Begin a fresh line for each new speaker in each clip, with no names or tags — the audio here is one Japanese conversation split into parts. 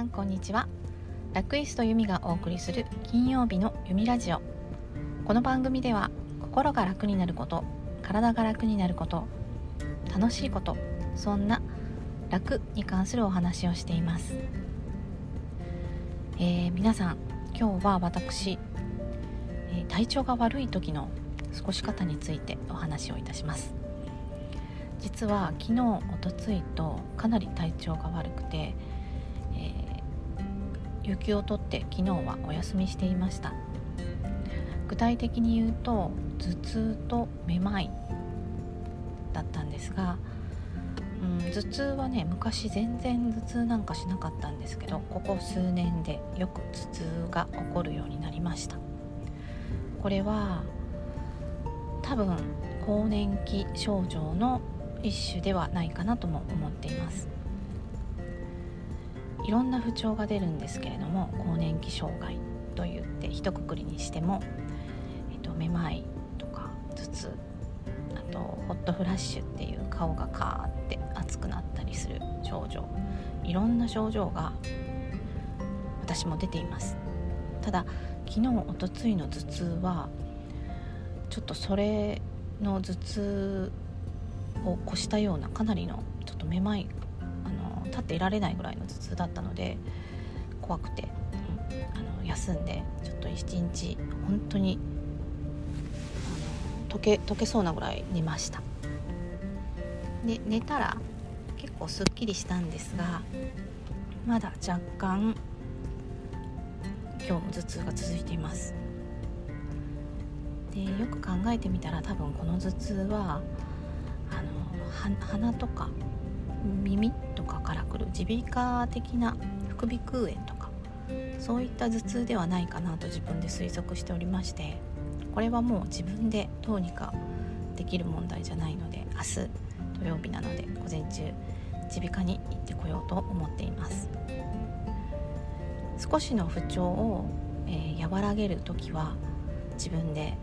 さんこんにちは。ラクイストユミがお送りする金曜日のユミラジオ。この番組では心が楽になること、体が楽になること、楽しいこと、そんな楽に関するお話をしています。皆さん、今日は私、体調が悪い時の過ごし方についてお話をいたします。実は昨日、おとついとかなり体調が悪くて、有給を取って昨日はお休みしていました。具体的に言うと頭痛とめまいだったんですが、頭痛はね、昔全然頭痛なんかしなかったんですけど、ここ数年でよく頭痛が起こるようになりました。これは多分更年期症状の一種ではないかなとも思っています。いろんな不調が出るんですけれども、更年期障害といって一括りにしても、めまいとか頭痛、あとホットフラッシュっていう顔がカーって熱くなったりする症状、いろんな症状が私も出ています。ただ昨日おとついの頭痛はちょっとそれの頭痛を越したような、かなりのちょっとめまい、立っていられないぐらいの頭痛だったので怖くて、休んでちょっと一日本当に溶けそうなぐらい寝ました。で寝たら結構すっきりしたんですが、まだ若干今日も頭痛が続いています。でよく考えてみたら、多分この頭痛は鼻とか耳とかから来る耳鼻科的な副鼻腔炎とか、そういった頭痛ではないかなと自分で推測しておりまして、これはもう自分でどうにかできる問題じゃないので、明日土曜日なので午前中耳鼻科に行ってこようと思っています。少しの不調を、和らげるときは自分で、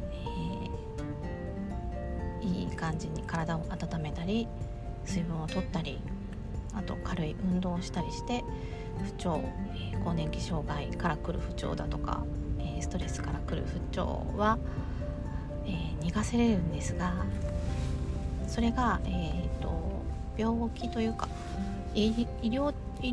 いい感じに体を温めたり、水分を取ったり、あと軽い運動をしたりして不調、更年期障害から来る不調だとか、ストレスから来る不調は、逃がせれるんですが、それが、病気というか医療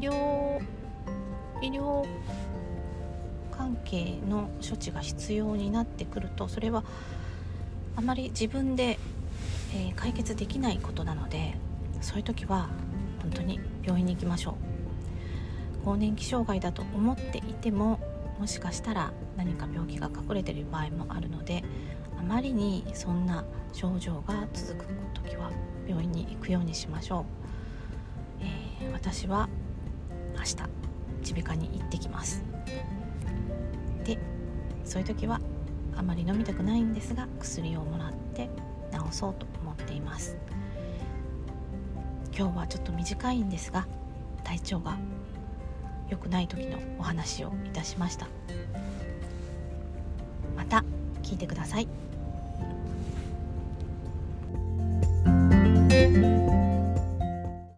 関係の処置が必要になってくると、それはあまり自分で、解決できないことなので、そういう時は本当に病院に行きましょう。更年期障害だと思っていても、もしかしたら何か病気が隠れている場合もあるので、あまりにそんな症状が続く時は病院に行くようにしましょう。私は明日耳鼻科に行ってきます。でそういう時はあまり飲みたくないんですが、薬をもらって治そうと思っています。今日はちょっと短いんですが、体調が良くない時のお話をいたしました。また聞いてください。